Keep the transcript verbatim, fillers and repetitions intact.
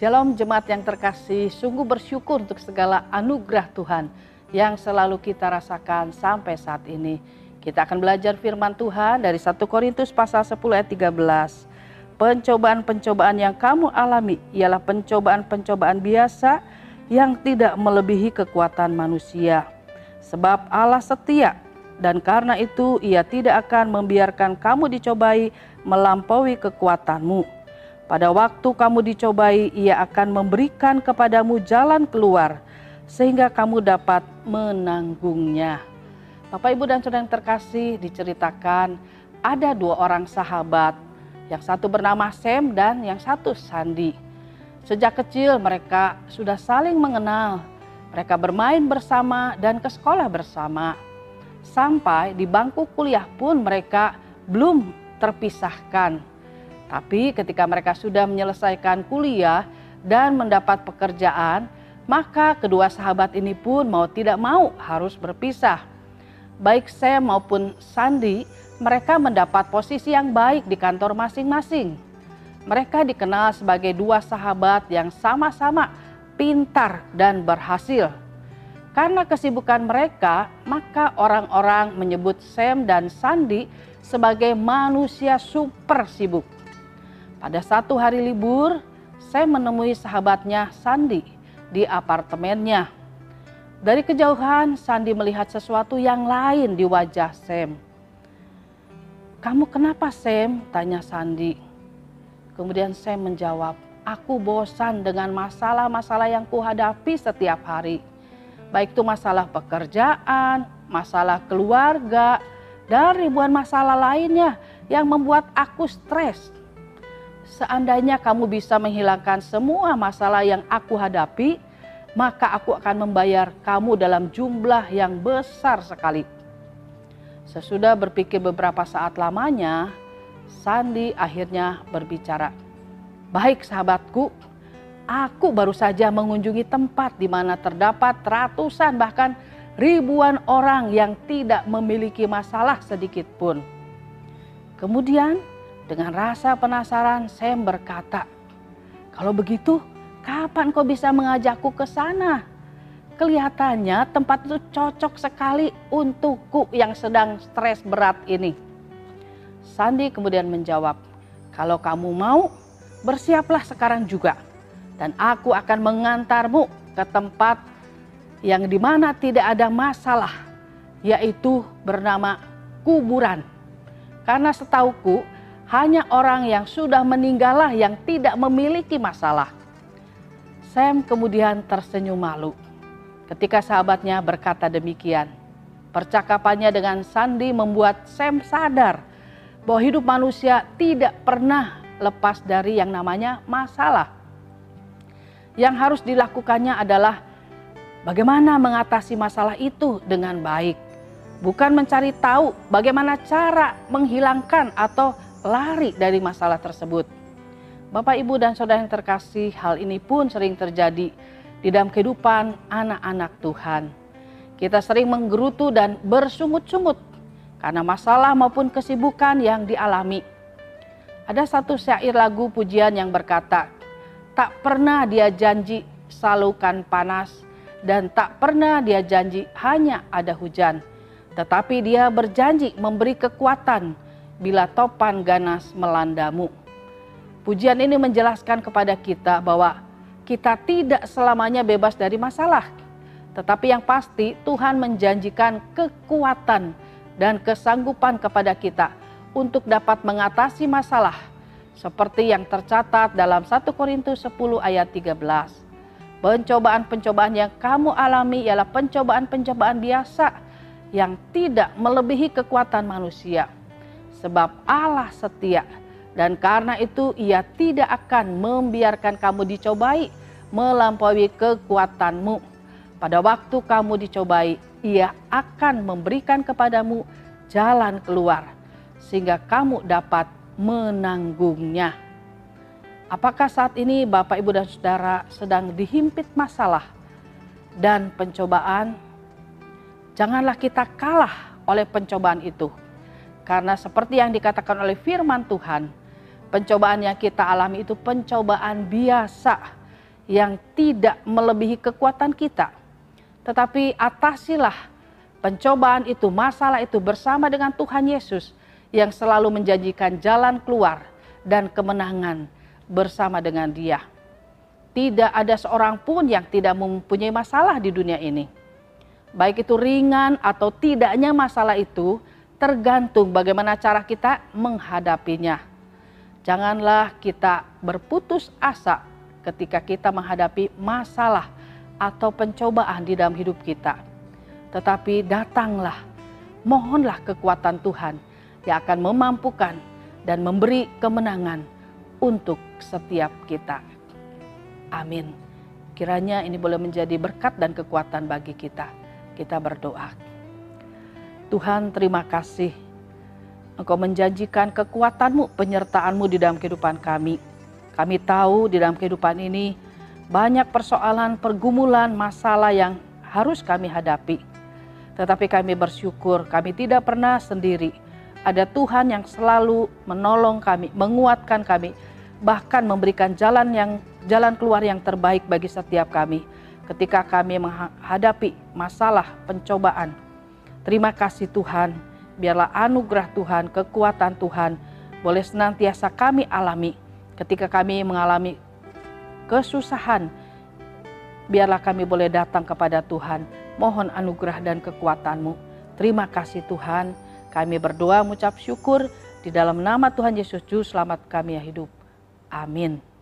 Shalom jemaat yang terkasih, sungguh bersyukur untuk segala anugerah Tuhan yang selalu kita rasakan sampai saat ini. Kita akan belajar firman Tuhan dari satu Korintus pasal sepuluh ayat tiga belas. Pencobaan-pencobaan yang kamu alami ialah pencobaan-pencobaan biasa yang tidak melebihi kekuatan manusia. Sebab Allah setia dan karena itu Ia tidak akan membiarkan kamu dicobai melampaui kekuatanmu. Pada waktu kamu dicobai, Ia akan memberikan kepadamu jalan keluar, sehingga kamu dapat menanggungnya. Bapak, Ibu, dan Saudara yang terkasih, diceritakan ada dua orang sahabat, yang satu bernama Sem dan yang satu Sandi. Sejak kecil mereka sudah saling mengenal, mereka bermain bersama dan ke sekolah bersama. Sampai di bangku kuliah pun mereka belum terpisahkan. Tapi ketika mereka sudah menyelesaikan kuliah dan mendapat pekerjaan, maka kedua sahabat ini pun mau tidak mau harus berpisah. Baik Sem maupun Sandi, mereka mendapat posisi yang baik di kantor masing-masing. Mereka dikenal sebagai dua sahabat yang sama-sama pintar dan berhasil. Karena kesibukan mereka, maka orang-orang menyebut Sem dan Sandi sebagai manusia super sibuk. Pada satu hari libur, saya menemui sahabatnya Sandi di apartemennya. Dari kejauhan, Sandi melihat sesuatu yang lain di wajah Sem. "Kamu kenapa, Sem?" tanya Sandi. Kemudian Sem menjawab, "Aku bosan dengan masalah-masalah yang kuhadapi setiap hari. Baik itu masalah pekerjaan, masalah keluarga, dan ribuan masalah lainnya yang membuat aku stres. Seandainya kamu bisa menghilangkan semua masalah yang aku hadapi, maka aku akan membayar kamu dalam jumlah yang besar sekali." Sesudah berpikir beberapa saat lamanya, Sandi akhirnya berbicara, "Baik sahabatku, aku baru saja mengunjungi tempat di mana terdapat ratusan bahkan ribuan orang yang tidak memiliki masalah sedikit pun." Kemudian dengan rasa penasaran, Sem berkata, "Kalau begitu, kapan kau bisa mengajakku ke sana? Kelihatannya tempat itu cocok sekali untukku yang sedang stres berat ini." Sandi kemudian menjawab, "Kalau kamu mau, bersiaplah sekarang juga. Dan aku akan mengantarmu ke tempat yang dimana tidak ada masalah, yaitu bernama kuburan. Karena setauku, hanya orang yang sudah meninggallah yang tidak memiliki masalah." Sem kemudian tersenyum malu ketika sahabatnya berkata demikian. Percakapannya dengan Sandi membuat Sem sadar bahwa hidup manusia tidak pernah lepas dari yang namanya masalah. Yang harus dilakukannya adalah bagaimana mengatasi masalah itu dengan baik, bukan mencari tahu bagaimana cara menghilangkan atau lari dari masalah tersebut. Bapak, Ibu, dan Saudara yang terkasih, hal ini pun sering terjadi di dalam kehidupan anak-anak Tuhan. Kita sering menggerutu dan bersungut-sungut karena masalah maupun kesibukan yang dialami. Ada satu syair lagu pujian yang berkata, "Tak pernah dia janji salukan panas dan tak pernah dia janji hanya ada hujan. Tetapi dia berjanji memberi kekuatan bila topan ganas melandamu." Pujian ini menjelaskan kepada kita bahwa kita tidak selamanya bebas dari masalah. Tetapi yang pasti Tuhan menjanjikan kekuatan dan kesanggupan kepada kita untuk dapat mengatasi masalah. Seperti yang tercatat dalam satu Korintus sepuluh ayat tiga belas. Pencobaan-pencobaan yang kamu alami ialah pencobaan-pencobaan biasa yang tidak melebihi kekuatan manusia. Sebab Allah setia dan karena itu Ia tidak akan membiarkan kamu dicobai melampaui kekuatanmu. Pada waktu kamu dicobai, Ia akan memberikan kepadamu jalan keluar sehingga kamu dapat menanggungnya. Apakah saat ini Bapak, Ibu, dan Saudara sedang dihimpit masalah dan pencobaan? Janganlah kita kalah oleh pencobaan itu. Karena seperti yang dikatakan oleh firman Tuhan, pencobaan yang kita alami itu pencobaan biasa yang tidak melebihi kekuatan kita. Tetapi atasilah pencobaan itu, masalah itu bersama dengan Tuhan Yesus yang selalu menjanjikan jalan keluar dan kemenangan bersama dengan Dia. Tidak ada seorang pun yang tidak mempunyai masalah di dunia ini. Baik itu ringan atau tidaknya masalah itu tergantung bagaimana cara kita menghadapinya. Janganlah kita berputus asa ketika kita menghadapi masalah atau pencobaan di dalam hidup kita. Tetapi datanglah, mohonlah kekuatan Tuhan yang akan memampukan dan memberi kemenangan untuk setiap kita. Amin. Kiranya ini boleh menjadi berkat dan kekuatan bagi kita. Kita berdoa. Tuhan, terima kasih Engkau menjanjikan kekuatan-Mu, penyertaan-Mu di dalam kehidupan kami. Kami tahu di dalam kehidupan ini banyak persoalan, pergumulan, masalah yang harus kami hadapi. Tetapi kami bersyukur kami tidak pernah sendiri. Ada Tuhan yang selalu menolong kami, menguatkan kami, bahkan memberikan jalan yang jalan keluar yang terbaik bagi setiap kami ketika kami menghadapi masalah, pencobaan. Terima kasih Tuhan, biarlah anugerah Tuhan, kekuatan Tuhan boleh senantiasa kami alami ketika kami mengalami kesusahan. Biarlah kami boleh datang kepada Tuhan, mohon anugerah dan kekuatan-Mu. Terima kasih Tuhan, kami berdoa mengucap syukur di dalam nama Tuhan Yesus Juru Selamat kami yang hidup. Amin.